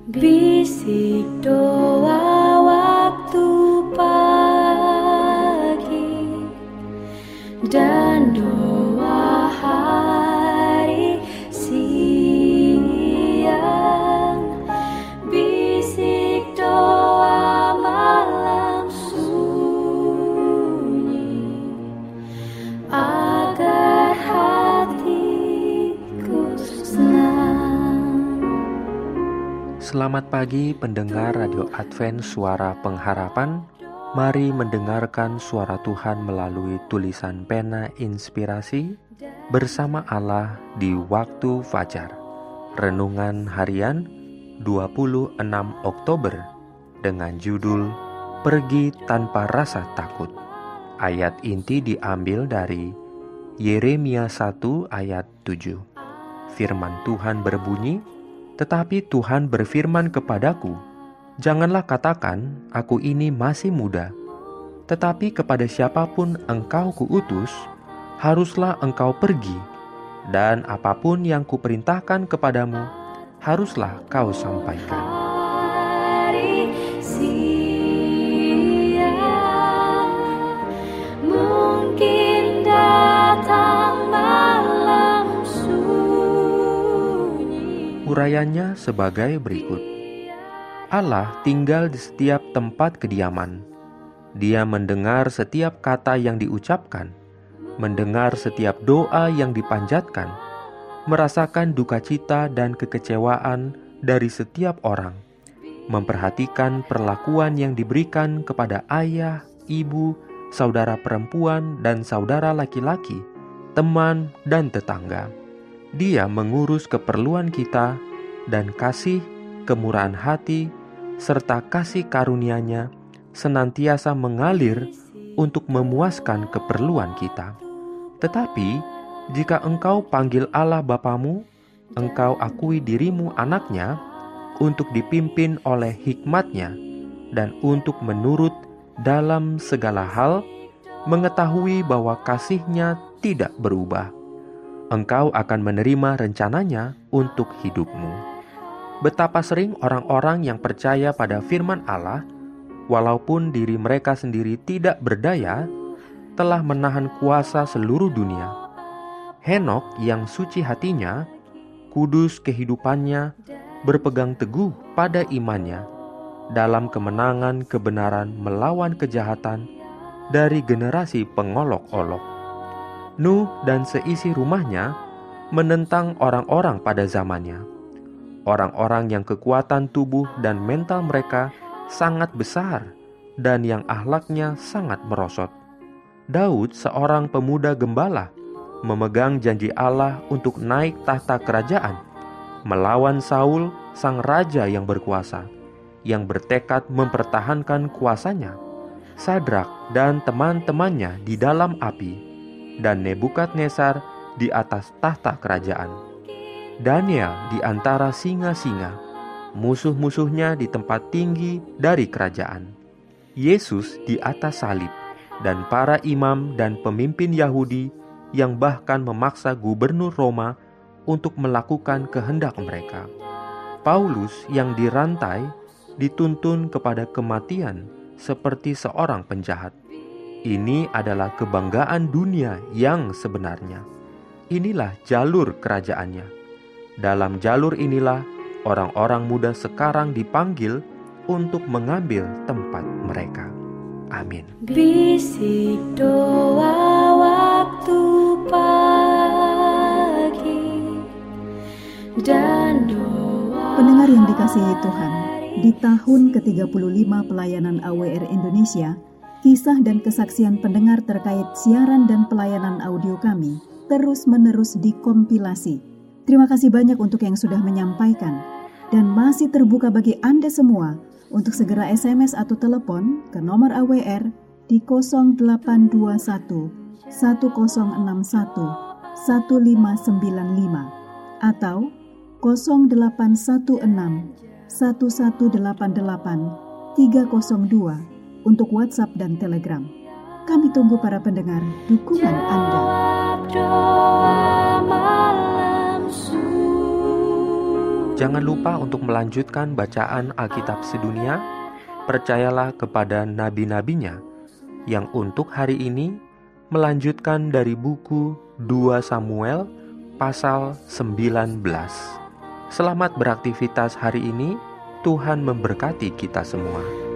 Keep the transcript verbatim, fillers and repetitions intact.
Bisik doa waktu pagi dan doa hari siang, bisik doa malam sunyi, agar hatiku senang. Selamat pagi pendengar Radio Advent Suara Pengharapan. Mari mendengarkan suara Tuhan melalui tulisan pena inspirasi bersama Allah di waktu fajar. Renungan harian dua puluh enam Oktober dengan judul Pergi Tanpa Rasa Takut. Ayat inti diambil dari Yeremia satu ayat tujuh. Firman Tuhan berbunyi, "Tetapi Tuhan berfirman kepadaku, janganlah katakan, aku ini masih muda. Tetapi kepada siapapun engkau kuutus, haruslah engkau pergi, dan apapun yang kuperintahkan kepadamu, haruslah kau sampaikan." Hari siang, mungkin datang malam sunyi. Urayanya sebagai berikut. Allah tinggal di setiap tempat kediaman. Dia mendengar setiap kata yang diucapkan, mendengar setiap doa yang dipanjatkan, merasakan duka cita dan kekecewaan dari setiap orang, memperhatikan perlakuan yang diberikan kepada ayah, ibu, saudara perempuan dan saudara laki-laki, teman dan tetangga. Dia mengurus keperluan kita dan kasih, kemurahan hati, serta kasih karunia-Nya senantiasa mengalir untuk memuaskan keperluan kita. Tetapi, jika engkau panggil Allah Bapamu, engkau akui dirimu anaknya untuk dipimpin oleh hikmat-Nya dan untuk menurut dalam segala hal, mengetahui bahwa kasih-Nya tidak berubah. Engkau akan menerima rencananya untuk hidupmu. Betapa sering orang-orang yang percaya pada firman Allah, walaupun diri mereka sendiri tidak berdaya, telah menahan kuasa seluruh dunia. Henokh yang suci hatinya, kudus kehidupannya, berpegang teguh pada imannya, dalam kemenangan kebenaran melawan kejahatan dari generasi pengolok-olok. Nuh dan seisi rumahnya menentang orang-orang pada zamannya. Orang-orang yang kekuatan tubuh dan mental mereka sangat besar dan yang akhlaknya sangat merosot. Daud, seorang pemuda gembala, memegang janji Allah untuk naik tahta kerajaan, melawan Saul, sang raja yang berkuasa, yang bertekad mempertahankan kuasanya. Sadrak dan teman-temannya di dalam api, dan Nebukadnezar di atas tahta kerajaan. Daniel di antara singa-singa, musuh-musuhnya di tempat tinggi dari kerajaan. Yesus di atas salib, dan para imam dan pemimpin Yahudi yang bahkan memaksa gubernur Roma untuk melakukan kehendak mereka. Paulus yang dirantai, dituntun kepada kematian seperti seorang penjahat. Ini adalah kebanggaan dunia yang sebenarnya. Inilah jalur kerajaannya. Dalam jalur inilah orang-orang muda sekarang dipanggil untuk mengambil tempat mereka. Amin. Bisik doa waktu pagi dan doa. Pendengar yang dikasihi Tuhan, di tahun ke tiga puluh lima pelayanan A W R Indonesia, kisah dan kesaksian pendengar terkait siaran dan pelayanan audio kami terus-menerus dikompilasi. Terima kasih banyak untuk yang sudah menyampaikan, dan masih terbuka bagi Anda semua untuk segera S M S atau telepon ke nomor A W R di nol delapan dua satu satu nol enam satu satu lima sembilan lima atau nol delapan satu enam satu satu delapan delapan tiga nol dua untuk WhatsApp dan Telegram. Kami tunggu para pendengar dukungan Anda. Doa malam sunyi, Jangan lupa untuk melanjutkan bacaan Alkitab sedunia. Percayalah kepada nabi-nabinya yang untuk hari ini melanjutkan dari buku dua Samuel pasal sembilan belas. Selamat beraktivitas hari ini. Tuhan memberkati kita semua.